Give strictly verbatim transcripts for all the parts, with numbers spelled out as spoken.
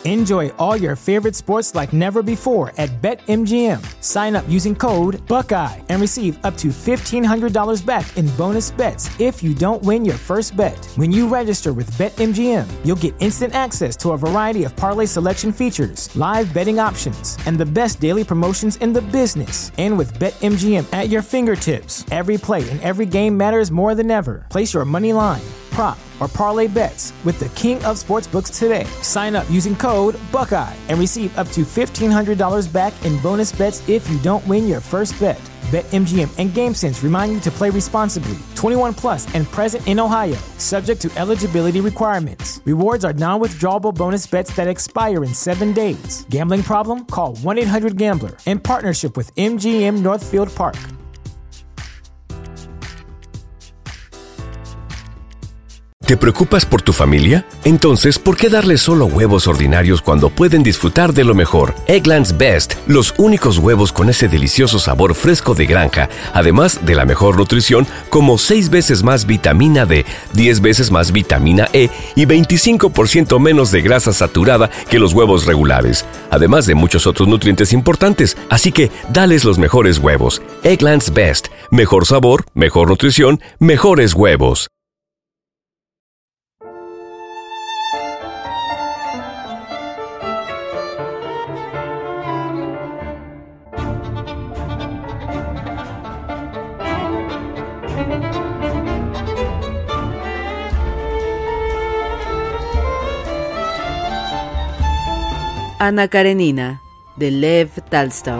Enjoy all your favorite sports like never before at BetMGM. Sign up using code Buckeye and receive up to fifteen hundred dollars back in bonus bets if you don't win your first bet. When you register with BetMGM, you'll get instant access to a variety of parlay selection features, live betting options, and the best daily promotions in the business. And with BetMGM at your fingertips, every play and every game matters more than ever. Place your money line, prop, or parlay bets with the king of sportsbooks today. Sign up using code Buckeye and receive up to fifteen hundred dollars back in bonus bets if you don't win your first bet. BetMGM and GameSense remind you to play responsibly. twenty-one plus and present in Ohio, subject to eligibility requirements. Rewards are non-withdrawable bonus bets that expire in seven days. Gambling problem? Call one eight hundred gambler in partnership with M G M Northfield Park. ¿Te preocupas por tu familia? Entonces, ¿por qué darles solo huevos ordinarios cuando pueden disfrutar de lo mejor? Eggland's Best, los únicos huevos con ese delicioso sabor fresco de granja, además de la mejor nutrición, como seis veces más vitamina D, diez veces más vitamina E y veinticinco por ciento menos de grasa saturada que los huevos regulares, además de muchos otros nutrientes importantes. Así que, dales los mejores huevos. Eggland's Best, mejor sabor, mejor nutrición, mejores huevos. Ana Karenina, de Lev Tolstoy.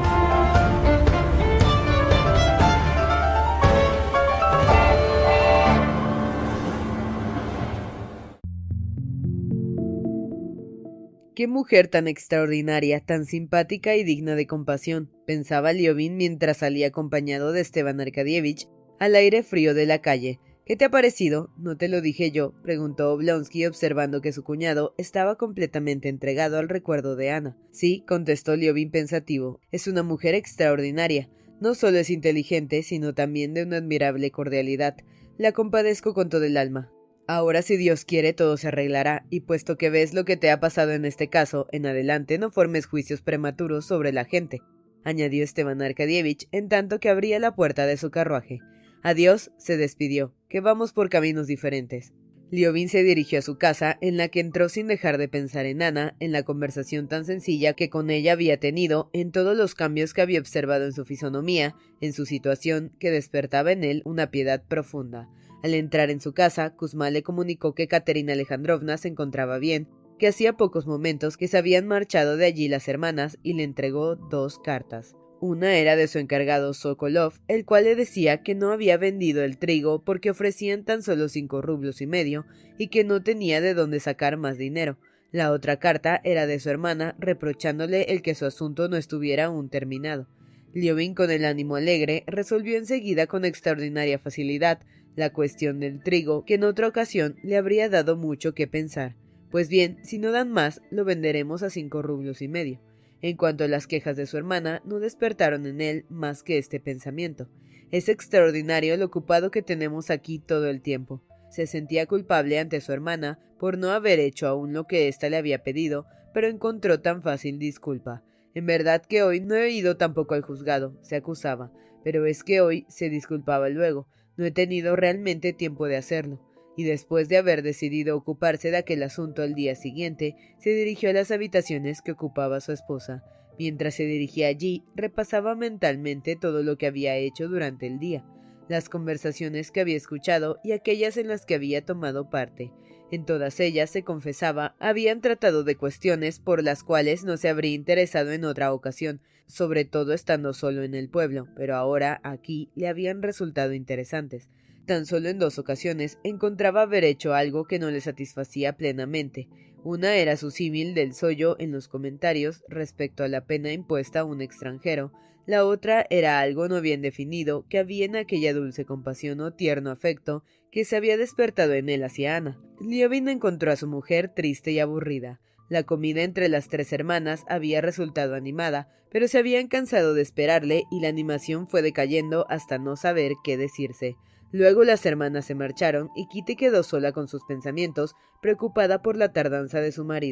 Qué mujer tan extraordinaria, tan simpática y digna de compasión, pensaba Liovin mientras salía acompañado de Esteban Arkadievich al aire frío de la calle. ¿Qué te ha parecido? ¿No te lo dije yo?, preguntó Oblonsky, observando que su cuñado estaba completamente entregado al recuerdo de Ana. Sí, contestó Liovin pensativo, es una mujer extraordinaria. No solo es inteligente, sino también de una admirable cordialidad. La compadezco con todo el alma. Ahora, si Dios quiere, todo se arreglará, y puesto que ves lo que te ha pasado en este caso, en adelante no formes juicios prematuros sobre la gente, añadió Esteban Arkadievich, en tanto que abría la puerta de su carruaje. Adiós, se despidió, que vamos por caminos diferentes. Liovin se dirigió a su casa, en la que entró sin dejar de pensar en Ana, en la conversación tan sencilla que con ella había tenido, en todos los cambios que había observado en su fisonomía, en su situación, que despertaba en él una piedad profunda. Al entrar en su casa, Kuzma le comunicó que Katerina Alejandrovna se encontraba bien, que hacía pocos momentos que se habían marchado de allí las hermanas, y le entregó dos cartas. Una era de su encargado Sokolov, el cual le decía que no había vendido el trigo porque ofrecían tan solo cinco rublos y medio y que no tenía de dónde sacar más dinero. La otra carta era de su hermana, reprochándole el que su asunto no estuviera aún terminado. Liovin, con el ánimo alegre, resolvió enseguida con extraordinaria facilidad la cuestión del trigo, que en otra ocasión le habría dado mucho que pensar. Pues bien, si no dan más, lo venderemos a cinco rublos y medio. En cuanto a las quejas de su hermana, no despertaron en él más que este pensamiento. Es extraordinario lo ocupado que tenemos aquí todo el tiempo. Se sentía culpable ante su hermana por no haber hecho aún lo que ésta le había pedido, pero encontró tan fácil disculpa. En verdad que hoy no he ido tampoco al juzgado, se acusaba, pero es que hoy, se disculpaba luego, no he tenido realmente tiempo de hacerlo. Y después de haber decidido ocuparse de aquel asunto al día siguiente, se dirigió a las habitaciones que ocupaba su esposa. Mientras se dirigía allí, repasaba mentalmente todo lo que había hecho durante el día, las conversaciones que había escuchado y aquellas en las que había tomado parte. En todas ellas, se confesaba, habían tratado de cuestiones por las cuales no se habría interesado en otra ocasión, sobre todo estando solo en el pueblo, pero ahora, aquí, le habían resultado interesantes. Tan solo en dos ocasiones encontraba haber hecho algo que no le satisfacía plenamente. Una era su símil del sollo en los comentarios respecto a la pena impuesta a un extranjero. La otra era algo no bien definido que había en aquella dulce compasión o tierno afecto que se había despertado en él hacia Ana. Liovin encontró a su mujer triste y aburrida. La comida entre las tres hermanas había resultado animada, pero se habían cansado de esperarle y la animación fue decayendo hasta no saber qué decirse. Luego las hermanas se marcharon y Kitty quedó sola con sus pensamientos, preocupada por la tardanza de su marido.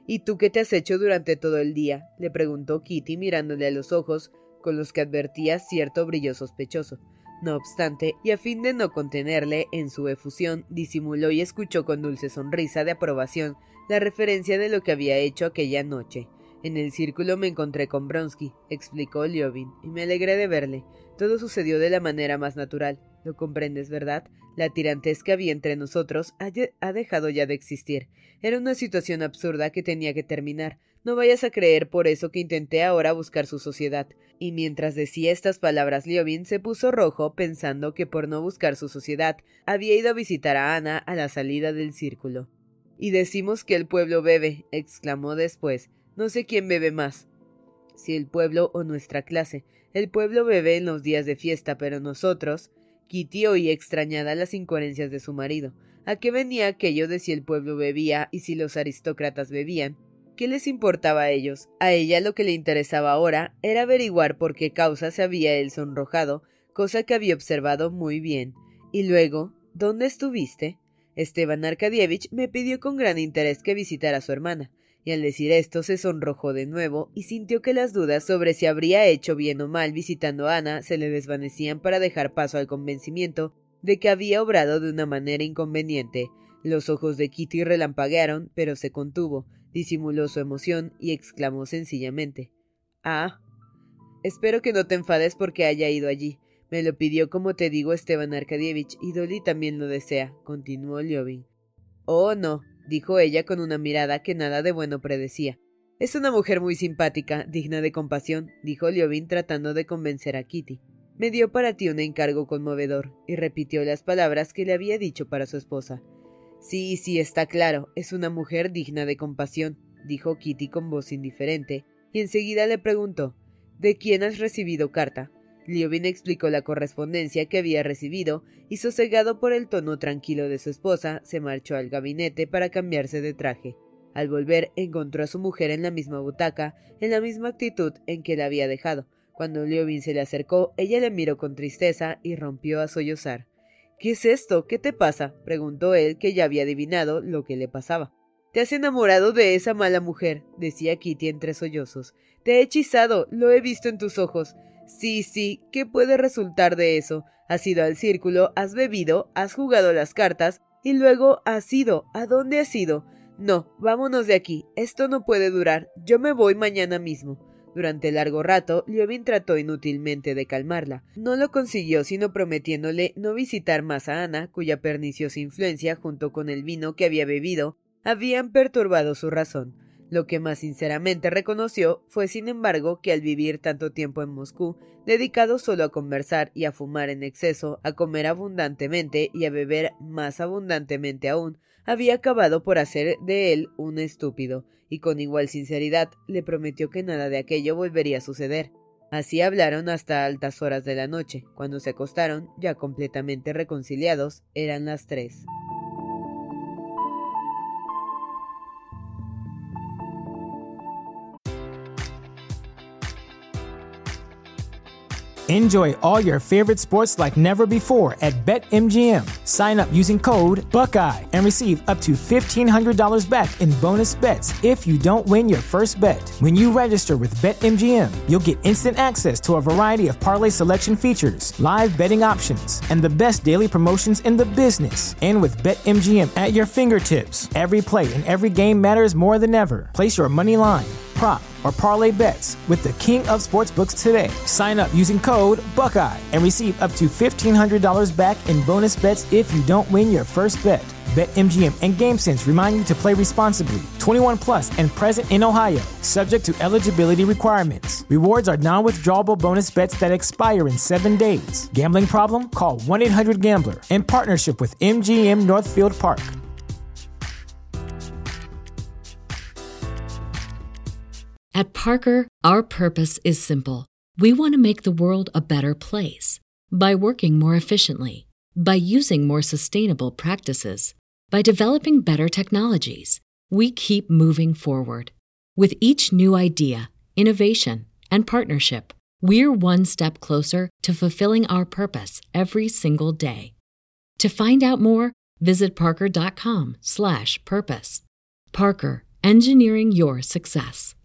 ¿Y tú qué te has hecho durante todo el día?, le preguntó Kitty mirándole a los ojos con los que advertía cierto brillo sospechoso. No obstante, y a fin de no contenerle en su efusión, disimuló y escuchó con dulce sonrisa de aprobación la referencia de lo que había hecho aquella noche. En el círculo me encontré con Bronsky, explicó Liovin, y me alegré de verle. Todo sucedió de la manera más natural. ¿Lo comprendes, verdad? La tirantez que había entre nosotros ha, ha dejado ya de existir. Era una situación absurda que tenía que terminar. No vayas a creer por eso que intenté ahora buscar su sociedad. Y mientras decía estas palabras, Liovin se puso rojo pensando que por no buscar su sociedad había ido a visitar a Ana a la salida del círculo. Y decimos que el pueblo bebe, exclamó después. No sé quién bebe más, si el pueblo o nuestra clase. El pueblo bebe en los días de fiesta, pero nosotros... Kitty oía extrañada las incoherencias de su marido. ¿A qué venía aquello de si el pueblo bebía y si los aristócratas bebían? ¿Qué les importaba a ellos? A ella lo que le interesaba ahora era averiguar por qué causa se había él sonrojado, cosa que había observado muy bien. Y luego, ¿dónde estuviste? Esteban Arkadievich me pidió con gran interés que visitara a su hermana. Y al decir esto se sonrojó de nuevo y sintió que las dudas sobre si habría hecho bien o mal visitando a Ana se le desvanecían para dejar paso al convencimiento de que había obrado de una manera inconveniente. Los ojos de Kitty relampaguearon, pero se contuvo, disimuló su emoción y exclamó sencillamente: «Ah, espero que no te enfades porque haya ido allí. Me lo pidió, como te digo, Esteban Arkadievich, y Dolly también lo desea», continuó Liovin. «Oh, no», dijo ella con una mirada que nada de bueno predecía. «Es una mujer muy simpática, digna de compasión», dijo Liovin tratando de convencer a Kitty. «Me dio para ti un encargo conmovedor», y repitió las palabras que le había dicho para su esposa. «Sí, sí, está claro, es una mujer digna de compasión», dijo Kitty con voz indiferente, y enseguida le preguntó: «¿De quién has recibido carta?». Liovin explicó la correspondencia que había recibido y, sosegado por el tono tranquilo de su esposa, se marchó al gabinete para cambiarse de traje. Al volver, encontró a su mujer en la misma butaca, en la misma actitud en que la había dejado. Cuando Liovin se le acercó, ella le miró con tristeza y rompió a sollozar. «¿Qué es esto? ¿Qué te pasa?», preguntó él, que ya había adivinado lo que le pasaba. «Te has enamorado de esa mala mujer», decía Kitty entre sollozos. «Te he hechizado, lo he visto en tus ojos». «Sí, sí, ¿qué puede resultar de eso? Has ido al círculo, has bebido, has jugado las cartas, y luego has ido. ¿A dónde has ido? No, vámonos de aquí, esto no puede durar, yo me voy mañana mismo». Durante largo rato, Liovin trató inútilmente de calmarla. No lo consiguió, sino prometiéndole no visitar más a Ana, cuya perniciosa influencia, junto con el vino que había bebido, habían perturbado su razón. Lo que más sinceramente reconoció fue, sin embargo, que al vivir tanto tiempo en Moscú, dedicado solo a conversar y a fumar en exceso, a comer abundantemente y a beber más abundantemente aún, había acabado por hacer de él un estúpido, y con igual sinceridad le prometió que nada de aquello volvería a suceder. Así hablaron hasta altas horas de la noche. Cuando se acostaron, ya completamente reconciliados, eran las tres. Enjoy all your favorite sports like never before at BetMGM. Sign up using code Buckeye and receive up to fifteen hundred dollars back in bonus bets if you don't win your first bet. When you register with BetMGM, you'll get instant access to a variety of parlay selection features, live betting options, and the best daily promotions in the business. And with BetMGM at your fingertips, every play and every game matters more than ever. Place your money line, prop, or parlay bets with the king of sportsbooks today. Sign up using code Buckeye and receive up to fifteen hundred dollars back in bonus bets if you don't win your first bet. BetMGM and GameSense remind you to play responsibly. twenty-one plus and present in Ohio, subject to eligibility requirements. Rewards are non-withdrawable bonus bets that expire in seven days. Gambling problem? Call one eight hundred gambler in partnership with M G M Northfield Park. At Parker, our purpose is simple. We want to make the world a better place. By working more efficiently, by using more sustainable practices, by developing better technologies, we keep moving forward. With each new idea, innovation, and partnership, we're one step closer to fulfilling our purpose every single day. To find out more, visit parker dot com slash purpose. Parker, engineering your success.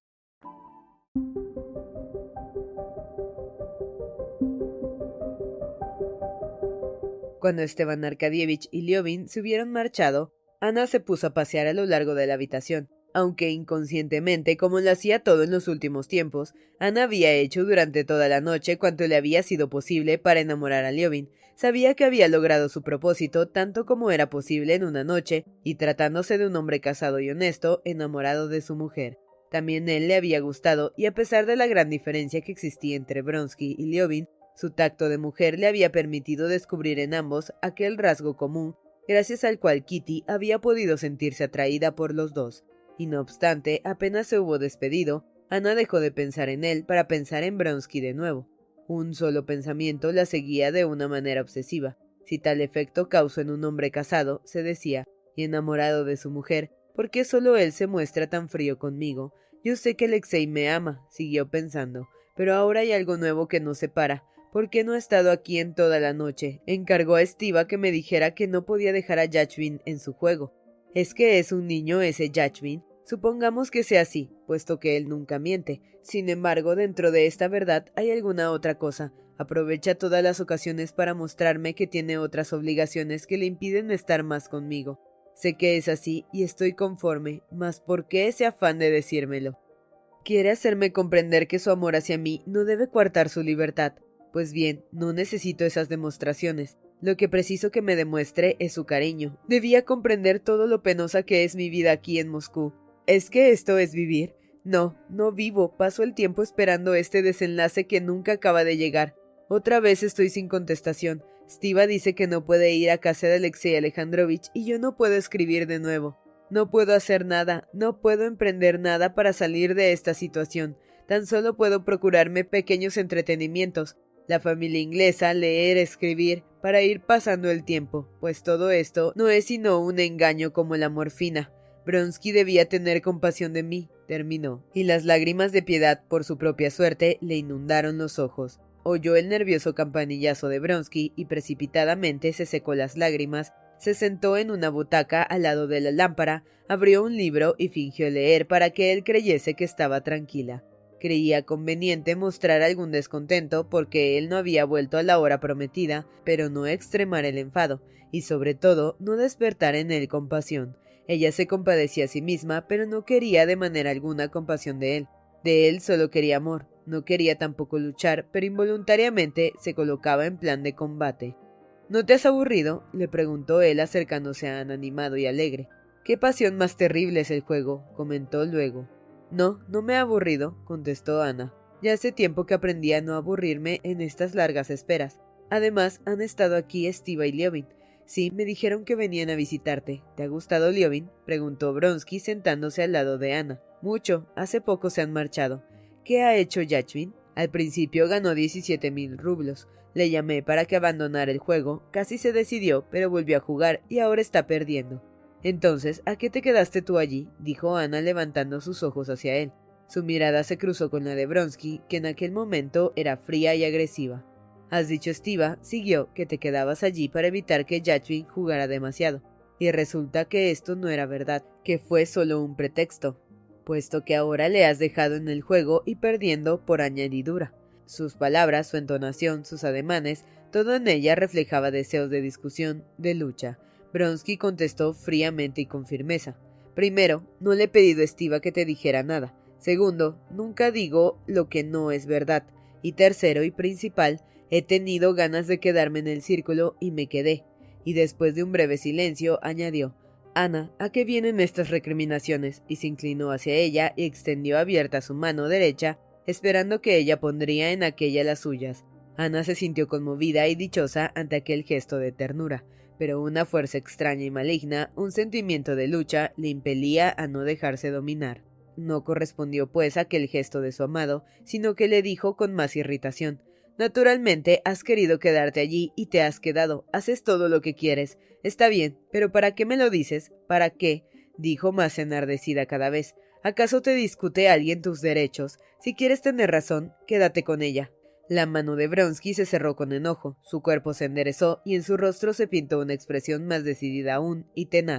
Cuando Esteban Arkadievich y Liovin se hubieron marchado, Ana se puso a pasear a lo largo de la habitación. Aunque inconscientemente, como lo hacía todo en los últimos tiempos, Ana había hecho durante toda la noche cuanto le había sido posible para enamorar a Liovin. Sabía que había logrado su propósito tanto como era posible en una noche, y tratándose de un hombre casado y honesto, enamorado de su mujer. También él le había gustado, y a pesar de la gran diferencia que existía entre Vronsky y Liovin, su tacto de mujer le había permitido descubrir en ambos aquel rasgo común, gracias al cual Kitty había podido sentirse atraída por los dos. Y no obstante, apenas se hubo despedido, Ana dejó de pensar en él para pensar en Vronsky de nuevo. Un solo pensamiento la seguía de una manera obsesiva. Si tal efecto causó en un hombre casado, se decía, y enamorado de su mujer, ¿por qué solo él se muestra tan frío conmigo? Yo sé que Alexei me ama, siguió pensando, pero ahora hay algo nuevo que nos separa. ¿Por qué no ha estado aquí en toda la noche? Encargó a Stiva que me dijera que no podía dejar a Yachvin en su juego. ¿Es que es un niño ese Yachvin? Supongamos que sea así, puesto que él nunca miente. Sin embargo, dentro de esta verdad hay alguna otra cosa. Aprovecha todas las ocasiones para mostrarme que tiene otras obligaciones que le impiden estar más conmigo. Sé que es así y estoy conforme, mas ¿por qué ese afán de decírmelo? Quiere hacerme comprender que su amor hacia mí no debe coartar su libertad. Pues bien, no necesito esas demostraciones. Lo que preciso que me demuestre es su cariño. Debía comprender todo lo penosa que es mi vida aquí en Moscú. ¿Es que esto es vivir? No, no vivo, paso el tiempo esperando este desenlace que nunca acaba de llegar. Otra vez estoy sin contestación. Stiva dice que no puede ir a casa de Alexei Alejandrovich y yo no puedo escribir de nuevo. No puedo hacer nada, no puedo emprender nada para salir de esta situación. Tan solo puedo procurarme pequeños entretenimientos. La familia inglesa, leer, escribir, para ir pasando el tiempo, pues todo esto no es sino un engaño como la morfina. Vronsky debía tener compasión de mí, terminó, y las lágrimas de piedad por su propia suerte le inundaron los ojos. Oyó el nervioso campanillazo de Vronsky y precipitadamente se secó las lágrimas, se sentó en una butaca al lado de la lámpara, abrió un libro y fingió leer para que él creyese que estaba tranquila. Creía conveniente mostrar algún descontento porque él no había vuelto a la hora prometida, pero no extremar el enfado, y sobre todo no despertar en él compasión. Ella se compadecía a sí misma, pero no quería de manera alguna compasión de él. De él solo quería amor, no quería tampoco luchar, pero involuntariamente se colocaba en plan de combate. ¿No te has aburrido?, le preguntó él acercándose a Ana animado y alegre. «Qué pasión más terrible es el juego», comentó luego. «No, no me he aburrido», contestó Ana. «Ya hace tiempo que aprendí a no aburrirme en estas largas esperas. Además, han estado aquí Stiva y Liovin. Sí, me dijeron que venían a visitarte. ¿Te ha gustado Liovin?», preguntó Vronsky sentándose al lado de Ana. «Mucho. Hace poco se han marchado». «¿Qué ha hecho Yachvin?». «Al principio ganó diecisiete mil rublos. Le llamé para que abandonara el juego. Casi se decidió, pero volvió a jugar y ahora está perdiendo». «Entonces, ¿a qué te quedaste tú allí?», dijo Ana levantando sus ojos hacia él. Su mirada se cruzó con la de Vronsky, que en aquel momento era fría y agresiva. «Has dicho, Stiva», siguió, «que te quedabas allí para evitar que Yachvin jugara demasiado. Y resulta que esto no era verdad, que fue solo un pretexto, puesto que ahora le has dejado en el juego y perdiendo por añadidura». Sus palabras, su entonación, sus ademanes, todo en ella reflejaba deseos de discusión, de lucha. Vronsky contestó fríamente y con firmeza. «Primero, no le he pedido a Stiva que te dijera nada. Segundo, nunca digo lo que no es verdad. Y tercero y principal, he tenido ganas de quedarme en el círculo y me quedé». Y después de un breve silencio, añadió: «Ana, ¿a qué vienen estas recriminaciones?», y se inclinó hacia ella y extendió abierta su mano derecha, esperando que ella pondría en aquella las suyas. Ana se sintió conmovida y dichosa ante aquel gesto de ternura, pero una fuerza extraña y maligna, un sentimiento de lucha, le impelía a no dejarse dominar. No correspondió pues aquel gesto de su amado, sino que le dijo con más irritación: «Naturalmente has querido quedarte allí y te has quedado. Haces todo lo que quieres. Está bien, pero ¿para qué me lo dices? ¿Para qué?», dijo más enardecida cada vez. «¿Acaso te discute alguien tus derechos? Si quieres tener razón, quédate con ella». La mano de Vronsky se cerró con enojo, su cuerpo se enderezó y en su rostro se pintó una expresión más decidida aún y tenaz.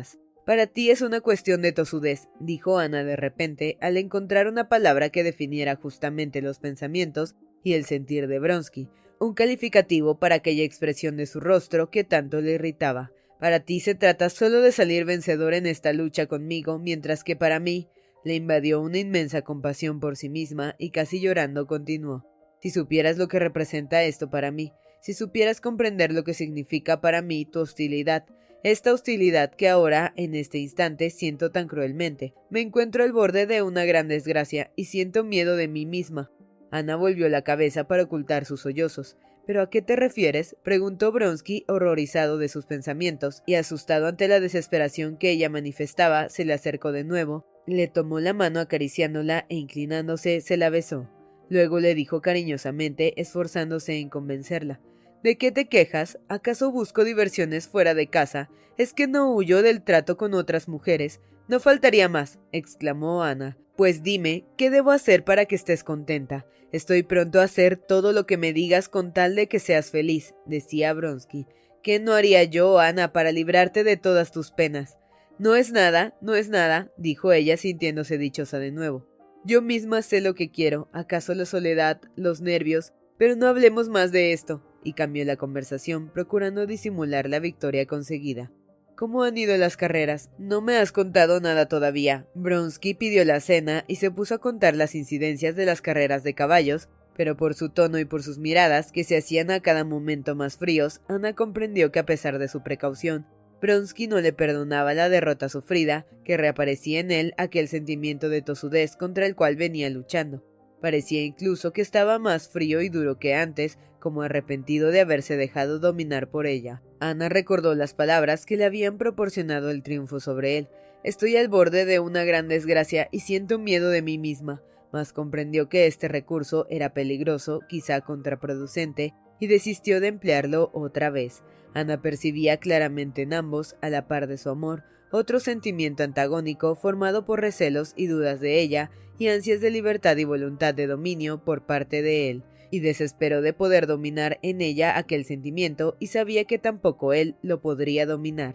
Para ti es una cuestión de tosudez, dijo Ana de repente, al encontrar una palabra que definiera justamente los pensamientos y el sentir de Vronsky, un calificativo para aquella expresión de su rostro que tanto le irritaba. Para ti se trata solo de salir vencedor en esta lucha conmigo, mientras que para mí le invadió una inmensa compasión por sí misma y casi llorando continuó. Si supieras lo que representa esto para mí, si supieras comprender lo que significa para mí tu hostilidad, esta hostilidad que ahora, en este instante, siento tan cruelmente. Me encuentro al borde de una gran desgracia y siento miedo de mí misma. Ana volvió la cabeza para ocultar sus sollozos. ¿Pero a qué te refieres?, preguntó Vronsky, horrorizado de sus pensamientos, y asustado ante la desesperación que ella manifestaba, se le acercó de nuevo, le tomó la mano acariciándola e inclinándose se la besó. Luego le dijo cariñosamente, esforzándose en convencerla. ¿De qué te quejas? ¿Acaso busco diversiones fuera de casa? ¿Es que no huyo del trato con otras mujeres? No faltaría más, exclamó Ana. Pues dime, ¿qué debo hacer para que estés contenta? Estoy pronto a hacer todo lo que me digas con tal de que seas feliz, decía Vronsky. ¿Qué no haría yo, Ana, para librarte de todas tus penas? No es nada, no es nada, dijo ella sintiéndose dichosa de nuevo. Yo misma sé lo que quiero, acaso la soledad, los nervios, pero no hablemos más de esto. Y cambió la conversación, procurando disimular la victoria conseguida. ¿Cómo han ido las carreras? No me has contado nada todavía. Vronsky pidió la cena y se puso a contar las incidencias de las carreras de caballos, pero por su tono y por sus miradas, que se hacían a cada momento más fríos, Ana comprendió que a pesar de su precaución, Vronsky no le perdonaba la derrota sufrida, que reaparecía en él aquel sentimiento de tosudez contra el cual venía luchando. Parecía incluso que estaba más frío y duro que antes, como arrepentido de haberse dejado dominar por ella. Ana recordó las palabras que le habían proporcionado el triunfo sobre él. Estoy al borde de una gran desgracia y siento miedo de mí misma, mas comprendió que este recurso era peligroso, quizá contraproducente, y desistió de emplearlo otra vez. Ana percibía claramente en ambos, a la par de su amor, otro sentimiento antagónico formado por recelos y dudas de ella y ansias de libertad y voluntad de dominio por parte de él, y desesperó de poder dominar en ella aquel sentimiento y sabía que tampoco él lo podría dominar.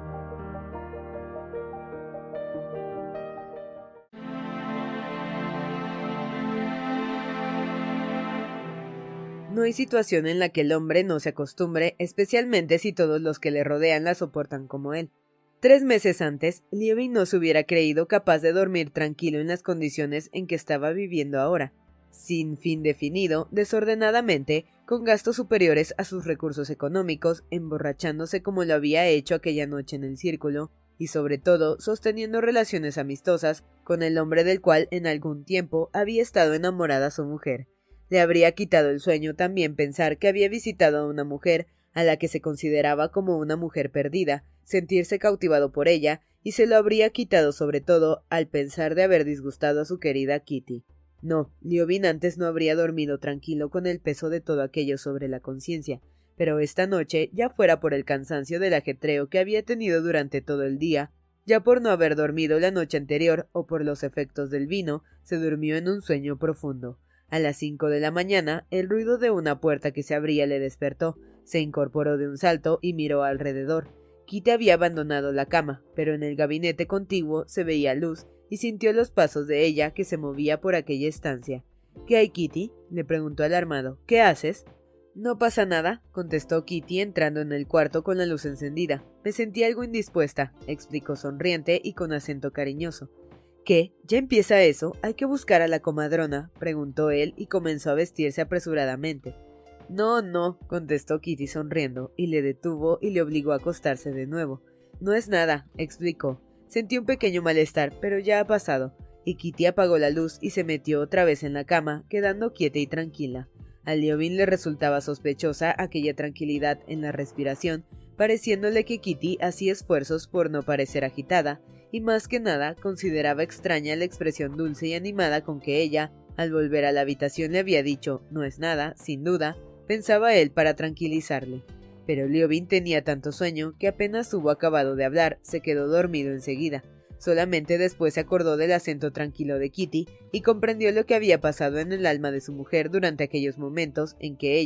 No hay situación en la que el hombre no se acostumbre, especialmente si todos los que le rodean la soportan como él. Tres meses antes, Liovin no se hubiera creído capaz de dormir tranquilo en las condiciones en que estaba viviendo ahora, sin fin definido, desordenadamente, con gastos superiores a sus recursos económicos, emborrachándose como lo había hecho aquella noche en el círculo, y sobre todo sosteniendo relaciones amistosas con el hombre del cual en algún tiempo había estado enamorada su mujer. Le habría quitado el sueño también pensar que había visitado a una mujer a la que se consideraba como una mujer perdida, sentirse cautivado por ella, y se lo habría quitado sobre todo al pensar de haber disgustado a su querida Kitty. No, Liovin antes no habría dormido tranquilo con el peso de todo aquello sobre la conciencia, pero esta noche, ya fuera por el cansancio del ajetreo que había tenido durante todo el día, ya por no haber dormido la noche anterior o por los efectos del vino, se durmió en un sueño profundo. A las cinco de la mañana, el ruido de una puerta que se abría le despertó, se incorporó de un salto y miró alrededor. Kitty había abandonado la cama, pero en el gabinete contiguo se veía luz y sintió los pasos de ella que se movía por aquella estancia. ¿Qué hay, Kitty?, le preguntó alarmado. ¿Qué haces? No pasa nada, contestó Kitty entrando en el cuarto con la luz encendida. Me sentí algo indispuesta, explicó sonriente y con acento cariñoso. ¿Qué? ¿Ya empieza eso? ¿Hay que buscar a la comadrona?, preguntó él y comenzó a vestirse apresuradamente. No, no, contestó Kitty sonriendo, y le detuvo y le obligó a acostarse de nuevo. No es nada, explicó. Sentí un pequeño malestar, pero ya ha pasado. Y Kitty apagó la luz y se metió otra vez en la cama, quedando quieta y tranquila. A Liovin le resultaba sospechosa aquella tranquilidad en la respiración, pareciéndole que Kitty hacía esfuerzos por no parecer agitada, y más que nada consideraba extraña la expresión dulce y animada con que ella, al volver a la habitación, le había dicho «no es nada», sin duda, pensaba él para tranquilizarle. Pero Liovin tenía tanto sueño que apenas hubo acabado de hablar, se quedó dormido enseguida. Solamente después se acordó del acento tranquilo de Kitty y comprendió lo que había pasado en el alma de su mujer durante aquellos momentos en que ella,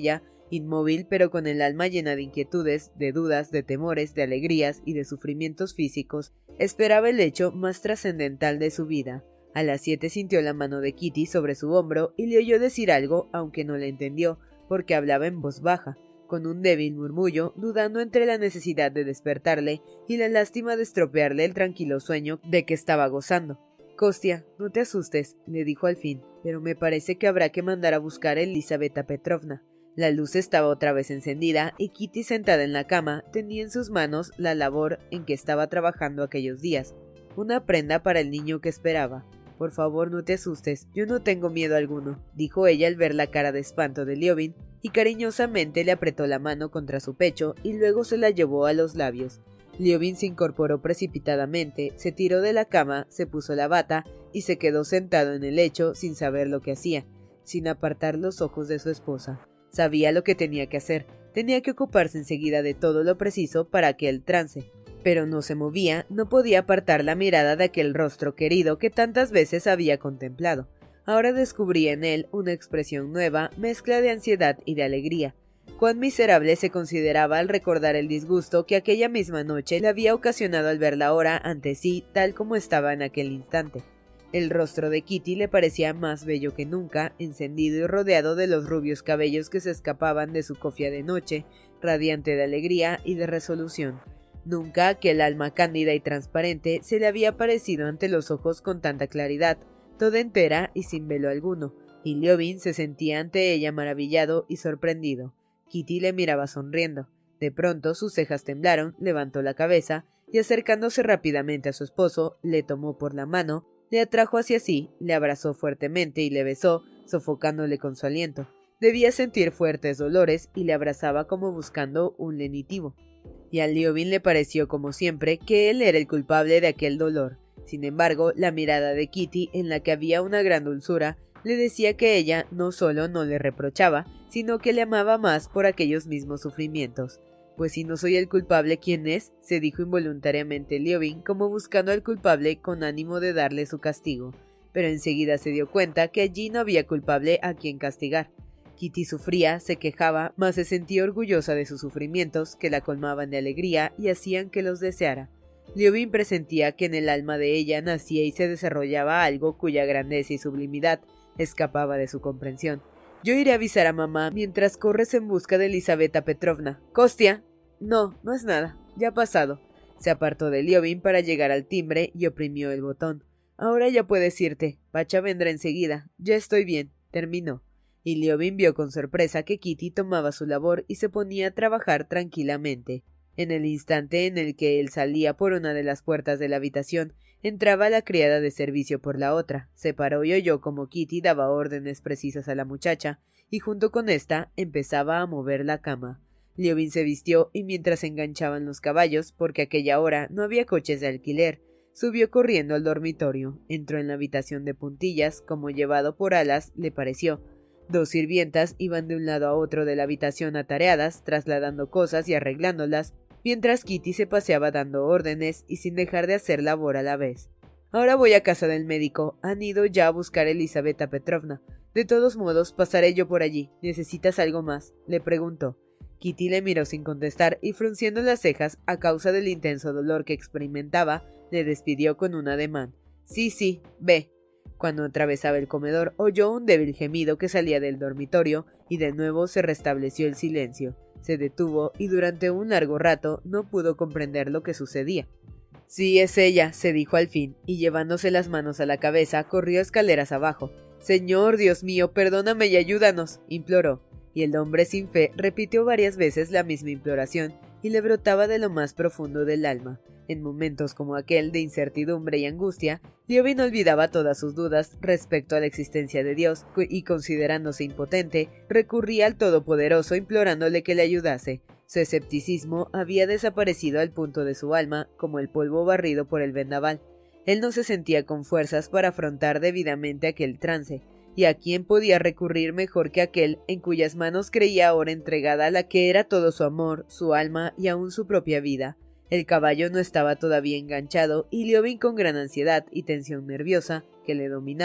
Inmóvil, pero con el alma llena de inquietudes, de dudas, de temores, de alegrías y de sufrimientos físicos, esperaba el hecho más trascendental de su vida. A las siete sintió la mano de Kitty sobre su hombro y le oyó decir algo, aunque no le entendió, porque hablaba en voz baja, con un débil murmullo, dudando entre la necesidad de despertarle y la lástima de estropearle el tranquilo sueño de que estaba gozando. «Kostia, no te asustes», le dijo al fin, «pero me parece que habrá que mandar a buscar a Elizaveta Petrovna». La luz estaba otra vez encendida y Kitty, sentada en la cama, tenía en sus manos la labor en que estaba trabajando aquellos días, una prenda para el niño que esperaba. «Por favor, no te asustes, yo no tengo miedo alguno», dijo ella al ver la cara de espanto de Liovin, y cariñosamente le apretó la mano contra su pecho y luego se la llevó a los labios. Liovin se incorporó precipitadamente, se tiró de la cama, se puso la bata y se quedó sentado en el lecho sin saber lo que hacía, sin apartar los ojos de su esposa. Sabía lo que tenía que hacer, tenía que ocuparse enseguida de todo lo preciso para aquel trance. Pero no se movía, no podía apartar la mirada de aquel rostro querido que tantas veces había contemplado. Ahora descubría en él una expresión nueva, mezcla de ansiedad y de alegría. Cuán miserable se consideraba al recordar el disgusto que aquella misma noche le había ocasionado al verla ahora ante sí tal como estaba en aquel instante. El rostro de Kitty le parecía más bello que nunca, encendido y rodeado de los rubios cabellos que se escapaban de su cofia de noche, radiante de alegría y de resolución. Nunca aquel alma cándida y transparente se le había aparecido ante los ojos con tanta claridad, toda entera y sin velo alguno, y Liovin se sentía ante ella maravillado y sorprendido. Kitty le miraba sonriendo. De pronto sus cejas temblaron, levantó la cabeza y acercándose rápidamente a su esposo, le tomó por la mano, le atrajo hacia sí, le abrazó fuertemente y le besó, sofocándole con su aliento. Debía sentir fuertes dolores y le abrazaba como buscando un lenitivo. Y a Liovin le pareció, como siempre, que él era el culpable de aquel dolor. Sin embargo, la mirada de Kitty, en la que había una gran dulzura, le decía que ella no solo no le reprochaba, sino que le amaba más por aquellos mismos sufrimientos. «Pues si no soy el culpable, ¿quién es?», se dijo involuntariamente Liovin, como buscando al culpable con ánimo de darle su castigo. Pero enseguida se dio cuenta que allí no había culpable a quien castigar. Kitty sufría, se quejaba, mas se sentía orgullosa de sus sufrimientos, que la colmaban de alegría y hacían que los deseara. Liovin presentía que en el alma de ella nacía y se desarrollaba algo cuya grandeza y sublimidad escapaba de su comprensión. «Yo iré a avisar a mamá mientras corres en busca de Elizaveta Petrovna. ¡Kostia!». «No, no es nada. Ya ha pasado». Se apartó de Liovin para llegar al timbre y oprimió el botón. «Ahora ya puedes irte. Pacha vendrá enseguida. Ya estoy bien». Terminó. Y Liovin vio con sorpresa que Kitty tomaba su labor y se ponía a trabajar tranquilamente. En el instante en el que él salía por una de las puertas de la habitación, entraba la criada de servicio por la otra, se paró y oyó como Kitty daba órdenes precisas a la muchacha, y junto con ésta empezaba a mover la cama. Liovin se vistió y mientras enganchaban los caballos, porque a aquella hora no había coches de alquiler, subió corriendo al dormitorio, entró en la habitación de puntillas, como llevado por alas, le pareció. Dos sirvientas iban de un lado a otro de la habitación atareadas, trasladando cosas y arreglándolas, mientras Kitty se paseaba dando órdenes y sin dejar de hacer labor a la vez. «Ahora voy a casa del médico. Han ido ya a buscar a Elizaveta Petrovna. De todos modos, pasaré yo por allí. ¿Necesitas algo más?», le preguntó. Kitty le miró sin contestar y, frunciendo las cejas a causa del intenso dolor que experimentaba, le despidió con un ademán. «Sí, sí, ve». Cuando atravesaba el comedor, oyó un débil gemido que salía del dormitorio y de nuevo se restableció el silencio. Se detuvo y durante un largo rato no pudo comprender lo que sucedía. «Sí, es ella», se dijo al fin, y llevándose las manos a la cabeza, corrió escaleras abajo. «Señor, Dios mío, perdóname y ayúdanos», imploró. Y el hombre sin fe repitió varias veces la misma imploración y le brotaba de lo más profundo del alma. En momentos como aquel de incertidumbre y angustia, Liovin olvidaba todas sus dudas respecto a la existencia de Dios y, considerándose impotente, recurría al Todopoderoso implorándole que le ayudase. Su escepticismo había desaparecido al punto de su alma, como el polvo barrido por el vendaval. Él no se sentía con fuerzas para afrontar debidamente aquel trance, y a quién podía recurrir mejor que aquel en cuyas manos creía ahora entregada la que era todo su amor, su alma y aún su propia vida. El caballo no estaba todavía enganchado y Liovin, con gran ansiedad y tensión nerviosa que le dominaba,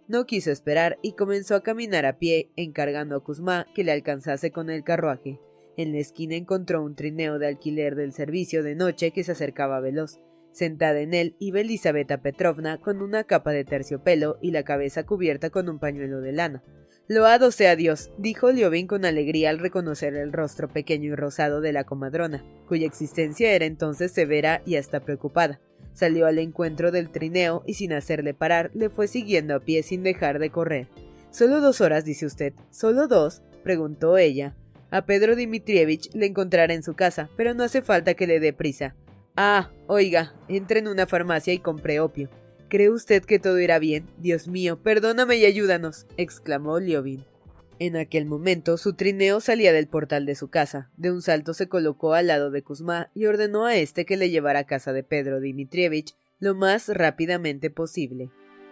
No quiso esperar y comenzó a caminar a pie, encargando a Kuzma que le alcanzase con el carruaje. En la esquina encontró un trineo de alquiler del servicio de noche que se acercaba veloz. Sentada en él iba Elisabetta Petrovna con una capa de terciopelo y la cabeza cubierta con un pañuelo de lana. «Loado sea Dios», dijo Liovin con alegría al reconocer el rostro pequeño y rosado de la comadrona, cuya existencia era entonces severa y hasta preocupada. Salió al encuentro del trineo y sin hacerle parar le fue siguiendo a pie sin dejar de correr. «¿Solo dos horas, dice usted? ¿Solo dos?», preguntó ella. «A Pedro Dmitrievich le encontrará en su casa, pero no hace falta que le dé prisa». «Ah, oiga, entre en una farmacia y compre opio». «¿Cree usted que todo irá bien? Dios mío, perdóname y ayúdanos», exclamó Liovin. En aquel momento su trineo salía del portal de su casa. De un salto se colocó al lado de Kuzma y ordenó a éste que le llevara a casa de Pedro Dmitrievich lo más rápidamente posible.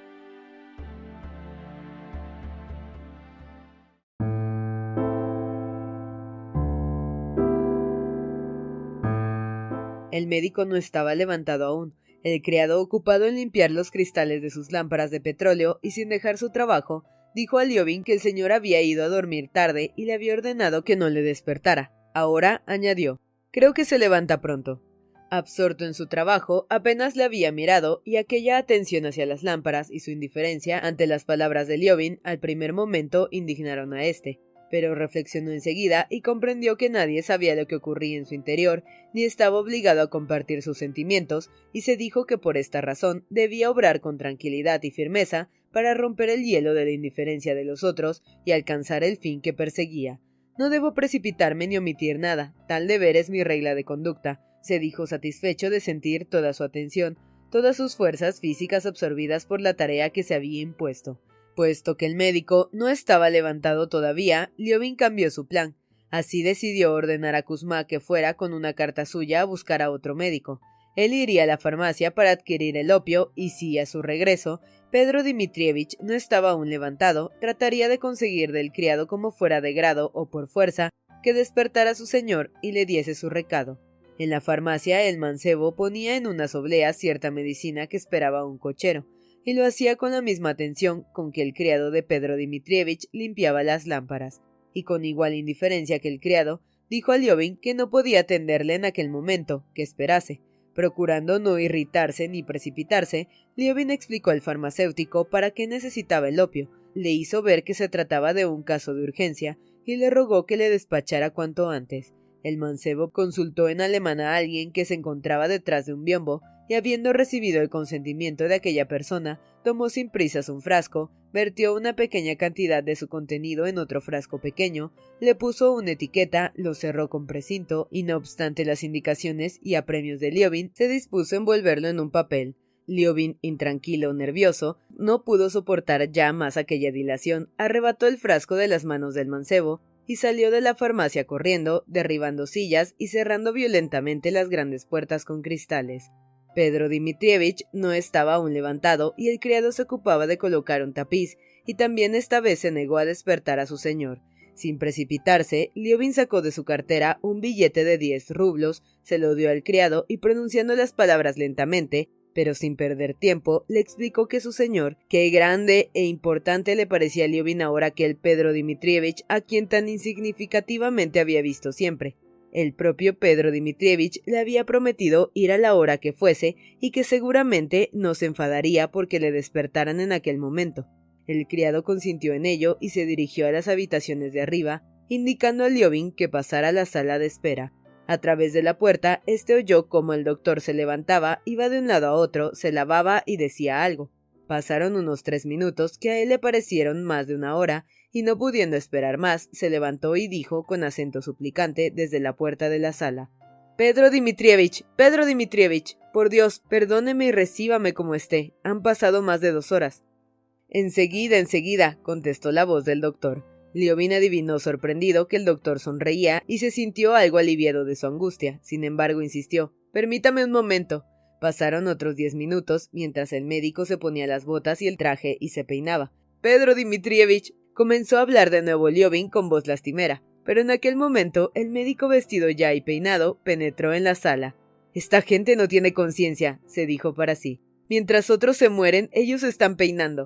El médico no estaba levantado aún. El criado, ocupado en limpiar los cristales de sus lámparas de petróleo y sin dejar su trabajo, dijo a Liovin que el señor había ido a dormir tarde y le había ordenado que no le despertara. Ahora, añadió, creo que se levanta pronto. Absorto en su trabajo, apenas le había mirado, y aquella atención hacia las lámparas y su indiferencia ante las palabras de Liovin al primer momento indignaron a éste. Pero reflexionó enseguida y comprendió que nadie sabía lo que ocurría en su interior, ni estaba obligado a compartir sus sentimientos, y se dijo que por esta razón debía obrar con tranquilidad y firmeza para romper el hielo de la indiferencia de los otros y alcanzar el fin que perseguía. «No debo precipitarme ni omitir nada, tal deber es mi regla de conducta», se dijo satisfecho de sentir toda su atención, todas sus fuerzas físicas absorbidas por la tarea que se había impuesto. Puesto que el médico no estaba levantado todavía, Liovin cambió su plan. Así decidió ordenar a Kuzma que fuera con una carta suya a buscar a otro médico. Él iría a la farmacia para adquirir el opio y si, a su regreso, Pedro Dmitrievich no estaba aún levantado, trataría de conseguir del criado como fuera de grado o por fuerza que despertara a su señor y le diese su recado. En la farmacia el mancebo ponía en unas obleas cierta medicina que esperaba un cochero, y lo hacía con la misma atención con que el criado de Pedro Dmitrievich limpiaba las lámparas, y con igual indiferencia que el criado, dijo a Liovin que no podía atenderle en aquel momento, que esperase. Procurando no irritarse ni precipitarse, Liovin explicó al farmacéutico para qué necesitaba el opio, le hizo ver que se trataba de un caso de urgencia, y le rogó que le despachara cuanto antes. El mancebo consultó en alemán a alguien que se encontraba detrás de un biombo, y habiendo recibido el consentimiento de aquella persona, tomó sin prisas un frasco, vertió una pequeña cantidad de su contenido en otro frasco pequeño, le puso una etiqueta, lo cerró con precinto, y no obstante las indicaciones y apremios de Liovin, se dispuso a envolverlo en un papel. Liovin, intranquilo, nervioso, no pudo soportar ya más aquella dilación, arrebató el frasco de las manos del mancebo, y salió de la farmacia corriendo, derribando sillas y cerrando violentamente las grandes puertas con cristales. Pedro Dmitrievich no estaba aún levantado y el criado se ocupaba de colocar un tapiz, y también esta vez se negó a despertar a su señor. Sin precipitarse, Liovin sacó de su cartera un billete de diez rublos, se lo dio al criado y pronunciando las palabras lentamente, pero sin perder tiempo, le explicó que su señor, qué grande e importante le parecía a Liovin ahora aquel Pedro Dmitrievich a quien tan insignificativamente había visto siempre. El propio Pedro Dmitrievich le había prometido ir a la hora que fuese y que seguramente no se enfadaría porque le despertaran en aquel momento. El criado consintió en ello y se dirigió a las habitaciones de arriba, indicando a Liovin que pasara a la sala de espera. A través de la puerta, éste oyó cómo el doctor se levantaba, iba de un lado a otro, se lavaba y decía algo. Pasaron unos tres minutos que a él le parecieron más de una hora, y no pudiendo esperar más, se levantó y dijo con acento suplicante desde la puerta de la sala: «Pedro Dmitrievich, Pedro Dmitrievich, por Dios, perdóneme y recíbame como esté, han pasado más de dos horas». «Enseguida, enseguida», contestó la voz del doctor. Liovin adivinó sorprendido que el doctor sonreía y se sintió algo aliviado de su angustia. Sin embargo, insistió: «Permítame un momento». Pasaron otros diez minutos, mientras el médico se ponía las botas y el traje y se peinaba. «Pedro Dmitrievich», comenzó a hablar de nuevo Liovin con voz lastimera, pero en aquel momento el médico, vestido ya y peinado, penetró en la sala. «Esta gente no tiene conciencia», se dijo para sí. «Mientras otros se mueren, ellos están peinando.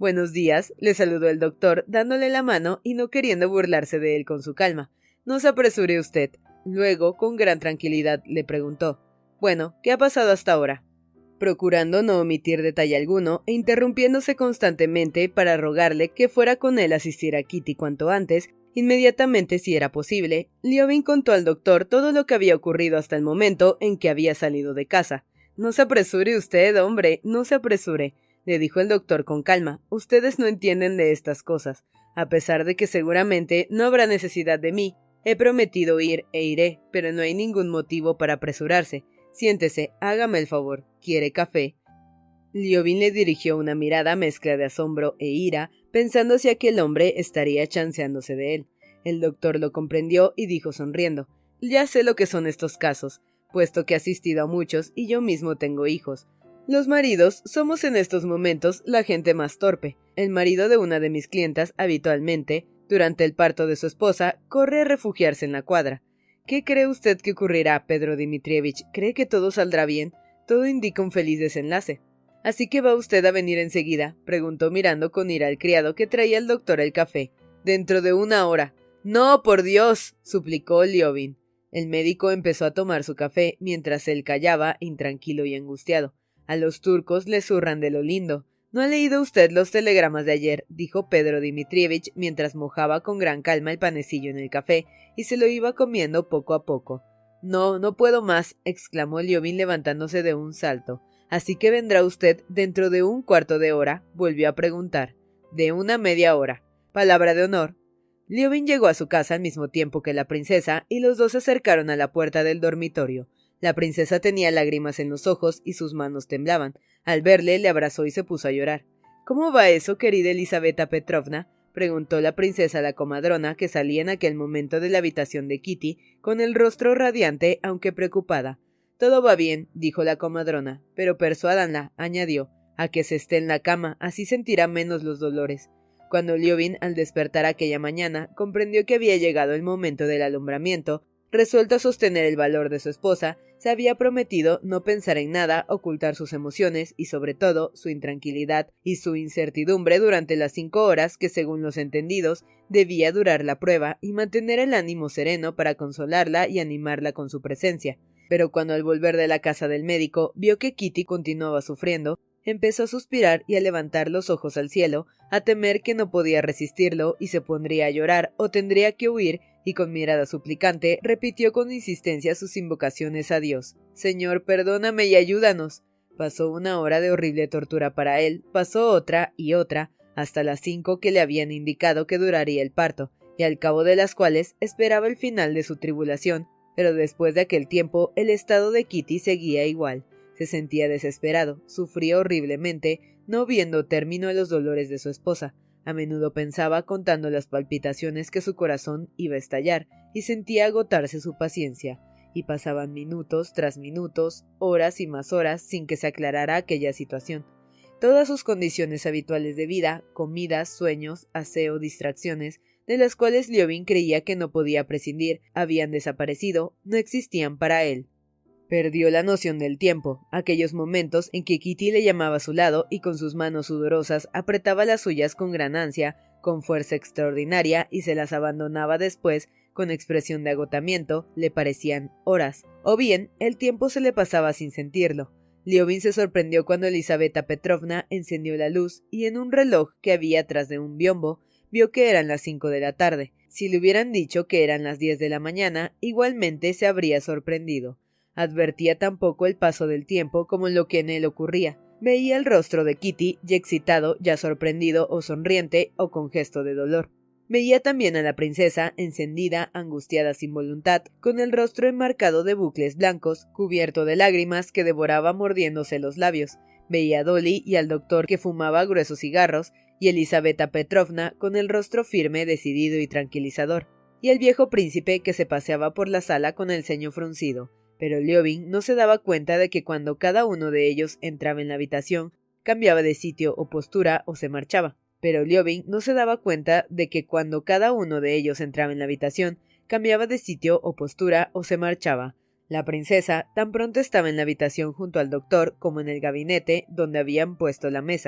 Buenos días, le saludó el doctor, dándole la mano y no queriendo burlarse de él con su calma. No se apresure usted. Luego, con gran tranquilidad, le preguntó. Bueno, ¿qué ha pasado hasta ahora? Procurando no omitir detalle alguno e interrumpiéndose constantemente para rogarle que fuera con él a asistir a Kitty cuanto antes, inmediatamente si era posible, Liobin contó al doctor todo lo que había ocurrido hasta el momento en que había salido de casa. No se apresure usted, hombre, no se apresure, le dijo el doctor con calma. Ustedes no entienden de estas cosas. A pesar de que seguramente no habrá necesidad de mí, he prometido ir e iré, pero no hay ningún motivo para apresurarse. Siéntese, hágame el favor. ¿Quiere café? Liobin le dirigió una mirada mezcla de asombro e ira, pensando si aquel hombre estaría chanceándose de él. El doctor lo comprendió y dijo sonriendo. Ya sé lo que son estos casos, puesto que he asistido a muchos y yo mismo tengo hijos. Los maridos somos en estos momentos la gente más torpe. El marido de una de mis clientas habitualmente, durante el parto de su esposa, corre a refugiarse en la cuadra. ¿Qué cree usted que ocurrirá, Pedro Dmitrievich? ¿Cree que todo saldrá bien? Todo indica un feliz desenlace. ¿Así que va usted a venir enseguida?, preguntó mirando con ira al criado que traía al doctor el café. Dentro de una hora. ¡No, por Dios!, suplicó Liobin. El médico empezó a tomar su café, mientras él callaba, intranquilo y angustiado. A los turcos les zurran de lo lindo. ¿No ha leído usted los telegramas de ayer?, dijo Pedro Dmitrievich mientras mojaba con gran calma el panecillo en el café y se lo iba comiendo poco a poco. No, no puedo más, exclamó Liobin levantándose de un salto. Así que vendrá usted dentro de un cuarto de hora, volvió a preguntar. De una media hora. Palabra de honor. Liobin llegó a su casa al mismo tiempo que la princesa y los dos se acercaron a la puerta del dormitorio. La princesa tenía lágrimas en los ojos y sus manos temblaban. Al verle, le abrazó y se puso a llorar. ¿Cómo va eso, querida Elisabetta Petrovna?, preguntó la princesa a la comadrona, que salía en aquel momento de la habitación de Kitty, con el rostro radiante, aunque preocupada. Todo va bien, dijo la comadrona, pero persuádanla, añadió, a que se esté en la cama, así sentirá menos los dolores. Cuando Liobin, al despertar aquella mañana, comprendió que había llegado el momento del alumbramiento, resuelto a sostener el valor de su esposa, se había prometido no pensar en nada, ocultar sus emociones y, sobre todo, su intranquilidad y su incertidumbre durante las cinco horas que, según los entendidos, debía durar la prueba y mantener el ánimo sereno para consolarla y animarla con su presencia. Pero cuando al volver de la casa del médico vio que Kitty continuaba sufriendo, empezó a suspirar y a levantar los ojos al cielo, a temer que no podía resistirlo y se pondría a llorar o tendría que huir, y con mirada suplicante repitió con insistencia sus invocaciones a Dios. Señor, perdóname y ayúdanos. Pasó una hora de horrible tortura para él, pasó otra y otra, hasta las cinco que le habían indicado que duraría el parto, y al cabo de las cuales esperaba el final de su tribulación, pero después de aquel tiempo el estado de Kitty seguía igual. Se sentía desesperado, sufría horriblemente, no viendo término a los dolores de su esposa. A menudo pensaba, contando las palpitaciones, que su corazón iba a estallar, y sentía agotarse su paciencia. Y pasaban minutos tras minutos, horas y más horas, sin que se aclarara aquella situación. Todas sus condiciones habituales de vida, comidas, sueños, aseo, distracciones, de las cuales Liobin creía que no podía prescindir, habían desaparecido, no existían para él. Perdió la noción del tiempo, aquellos momentos en que Kitty le llamaba a su lado y con sus manos sudorosas apretaba las suyas con gran ansia, con fuerza extraordinaria, y se las abandonaba después con expresión de agotamiento, le parecían horas, o bien el tiempo se le pasaba sin sentirlo. Liobin se sorprendió cuando Elisabetta Petrovna encendió la luz y en un reloj que había atrás de un biombo vio que eran las cinco de la tarde. Si le hubieran dicho que eran las diez de la mañana, igualmente se habría sorprendido. Advertía tampoco el paso del tiempo como lo que en él ocurría. Veía el rostro de Kitty, ya excitado, ya sorprendido o sonriente, o con gesto de dolor. Veía también a la princesa, encendida, angustiada sin voluntad, con el rostro enmarcado de bucles blancos, cubierto de lágrimas, que devoraba mordiéndose los labios. Veía a Dolly y al doctor, que fumaba gruesos cigarros, y Elisabetta Petrovna, con el rostro firme, decidido y tranquilizador, y el viejo príncipe, que se paseaba por la sala con el ceño fruncido. Pero Liobin no se daba cuenta de que cuando cada uno de ellos entraba en la habitación, cambiaba de sitio o postura o se marchaba. Pero Liobin no se daba cuenta de que cuando cada uno de ellos entraba en la habitación, cambiaba de sitio o postura o se marchaba. La princesa tan pronto estaba en la habitación junto al doctor como en el gabinete donde habían puesto la mesa.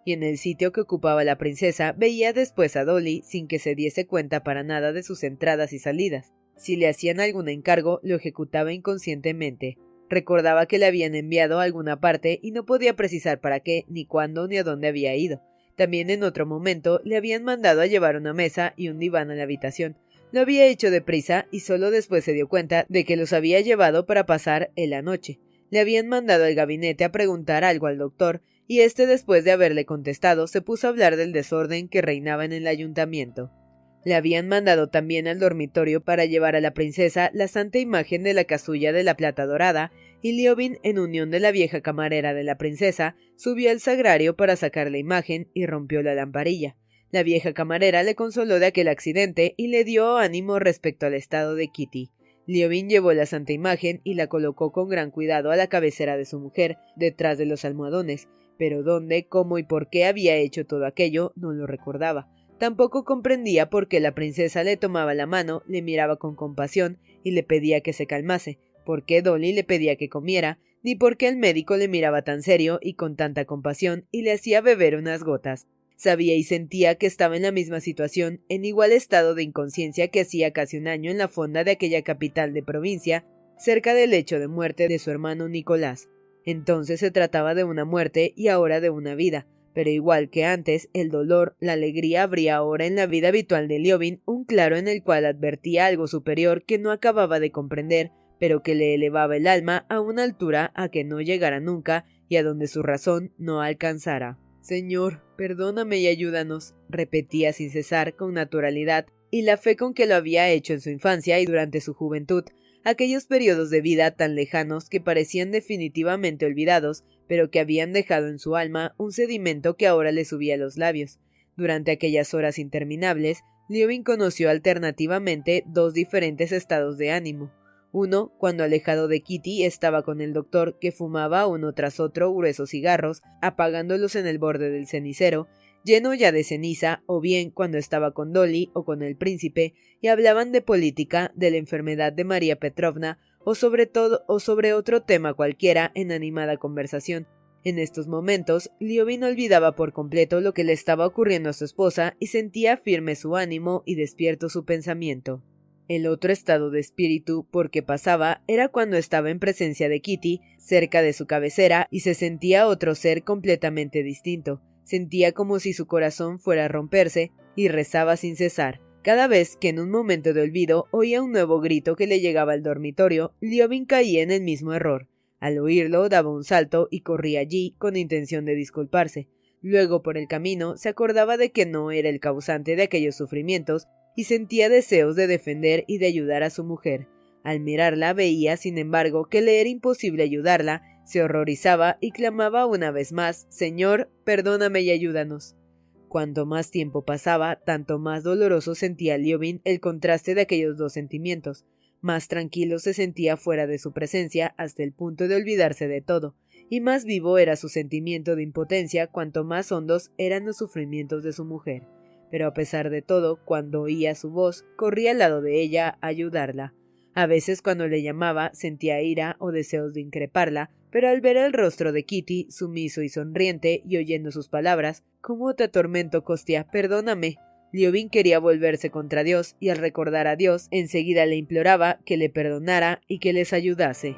y en el sitio que ocupaba la princesa veía después a Dolly sin que se diese cuenta para nada de sus entradas y salidas. Si le hacían algún encargo, lo ejecutaba inconscientemente. Recordaba que le habían enviado a alguna parte y no podía precisar para qué, ni cuándo, ni a dónde había ido. También en otro momento le habían mandado a llevar una mesa y un diván a la habitación. Lo había hecho deprisa y solo después se dio cuenta de que los había llevado para pasar la noche. Le habían mandado al gabinete a preguntar algo al doctor, y éste, después de haberle contestado, se puso a hablar del desorden que reinaba en el ayuntamiento. Le habían mandado también al dormitorio para llevar a la princesa la santa imagen de la casulla de la plata dorada, y Liobin, en unión de la vieja camarera de la princesa, subió al sagrario para sacar la imagen y rompió la lamparilla. La vieja camarera le consoló de aquel accidente y le dio ánimo respecto al estado de Kitty. Liobin llevó la santa imagen y la colocó con gran cuidado a la cabecera de su mujer, detrás de los almohadones, pero dónde, cómo y por qué había hecho todo aquello no lo recordaba. Tampoco comprendía por qué la princesa le tomaba la mano, le miraba con compasión y le pedía que se calmase, por qué Dolly le pedía que comiera, ni por qué el médico le miraba tan serio y con tanta compasión y le hacía beber unas gotas. Sabía y sentía que estaba en la misma situación, en igual estado de inconsciencia que hacía casi un año en la fonda de aquella capital de provincia, cerca del lecho de muerte de su hermano Nicolás. Entonces se trataba de una muerte y ahora de una vida, pero igual que antes, el dolor, la alegría habría ahora en la vida habitual de Liobin un claro en el cual advertía algo superior que no acababa de comprender, pero que le elevaba el alma a una altura a que no llegara nunca y a donde su razón no alcanzara. «Señor, perdóname y ayúdanos», repetía sin cesar con naturalidad y la fe con que lo había hecho en su infancia y durante su juventud, aquellos periodos de vida tan lejanos que parecían definitivamente olvidados, pero que habían dejado en su alma un sedimento que ahora le subía a los labios. Durante aquellas horas interminables, Liobin conoció alternativamente dos diferentes estados de ánimo. Uno, cuando alejado de Kitty estaba con el doctor, que fumaba uno tras otro gruesos cigarros, apagándolos en el borde del cenicero, lleno ya de ceniza, o bien cuando estaba con Dolly o con el príncipe, y hablaban de política, de la enfermedad de María Petrovna, o sobre todo o sobre otro tema cualquiera en animada conversación. En estos momentos, Liobin olvidaba por completo lo que le estaba ocurriendo a su esposa y sentía firme su ánimo y despierto su pensamiento. El otro estado de espíritu por que pasaba era cuando estaba en presencia de Kitty, cerca de su cabecera, y se sentía otro ser completamente distinto. Sentía como si su corazón fuera a romperse, y rezaba sin cesar. Cada vez que en un momento de olvido oía un nuevo grito que le llegaba al dormitorio, Liobin caía en el mismo error. Al oírlo daba un salto y corría allí con intención de disculparse. Luego, por el camino, se acordaba de que no era el causante de aquellos sufrimientos, y sentía deseos de defender y de ayudar a su mujer. Al mirarla veía, sin embargo, que le era imposible ayudarla, se horrorizaba y clamaba una vez más: «Señor, perdóname y ayúdanos». Cuanto más tiempo pasaba, tanto más doloroso sentía Liobin el contraste de aquellos dos sentimientos. Más tranquilo se sentía fuera de su presencia hasta el punto de olvidarse de todo, y más vivo era su sentimiento de impotencia cuanto más hondos eran los sufrimientos de su mujer. Pero a pesar de todo, cuando oía su voz, corría al lado de ella a ayudarla. A veces cuando le llamaba sentía ira o deseos de increparla, pero al ver el rostro de Kitty, sumiso y sonriente, y oyendo sus palabras: «¿Cómo te atormento, Kostia? Perdóname». Liobin quería volverse contra Dios, y al recordar a Dios, enseguida le imploraba que le perdonara y que les ayudase.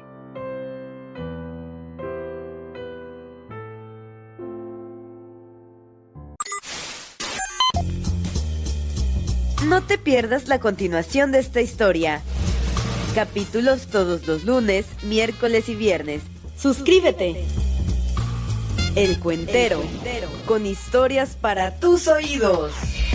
No te pierdas la continuación de esta historia. Capítulos todos los lunes, miércoles y viernes. ¡Suscríbete! El Cuentero, El Cuentero, con historias para tus oídos.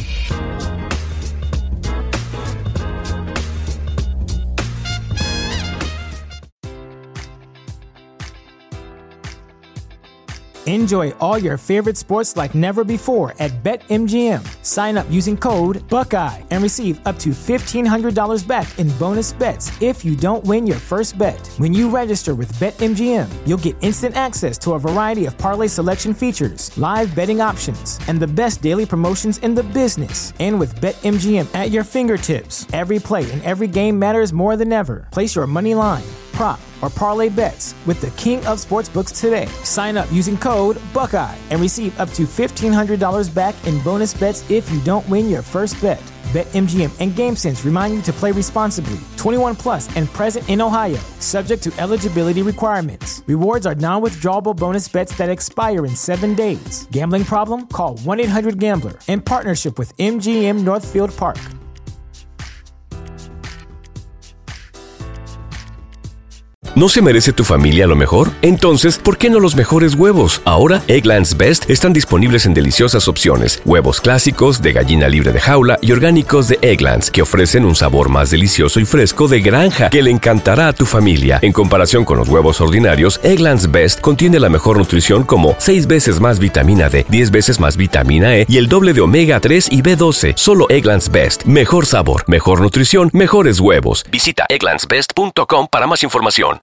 Enjoy all your favorite sports like never before at BetMGM. Sign up using code Buckeye and receive up to fifteen hundred dollars back in bonus bets if you don't win your first bet. When you register with BetMGM, you'll get instant access to a variety of parlay selection features, live betting options, and the best daily promotions in the business. And with BetMGM at your fingertips, every play and every game matters more than ever. Place your money line, prop, or parlay bets with the king of sportsbooks today. Sign up using code Buckeye and receive up to fifteen hundred dollars back in bonus bets if you don't win your first bet. BetMGM and GameSense remind you to play responsibly. twenty-one plus and present in Ohio, subject to eligibility requirements. Rewards are non-withdrawable bonus bets that expire in seven days. Gambling problem? Call one eight hundred gambler in partnership with M G M Northfield Park. ¿No se merece tu familia lo mejor? Entonces, ¿por qué no los mejores huevos? Ahora, Eggland's Best están disponibles en deliciosas opciones. Huevos clásicos, de gallina libre de jaula y orgánicos de Eggland's, que ofrecen un sabor más delicioso y fresco de granja que le encantará a tu familia. En comparación con los huevos ordinarios, Eggland's Best contiene la mejor nutrición como seis veces más vitamina D, diez veces más vitamina E y el doble de omega tres y B doce. Solo Eggland's Best. Mejor sabor, mejor nutrición, mejores huevos. Visita egglands best punto com para más información.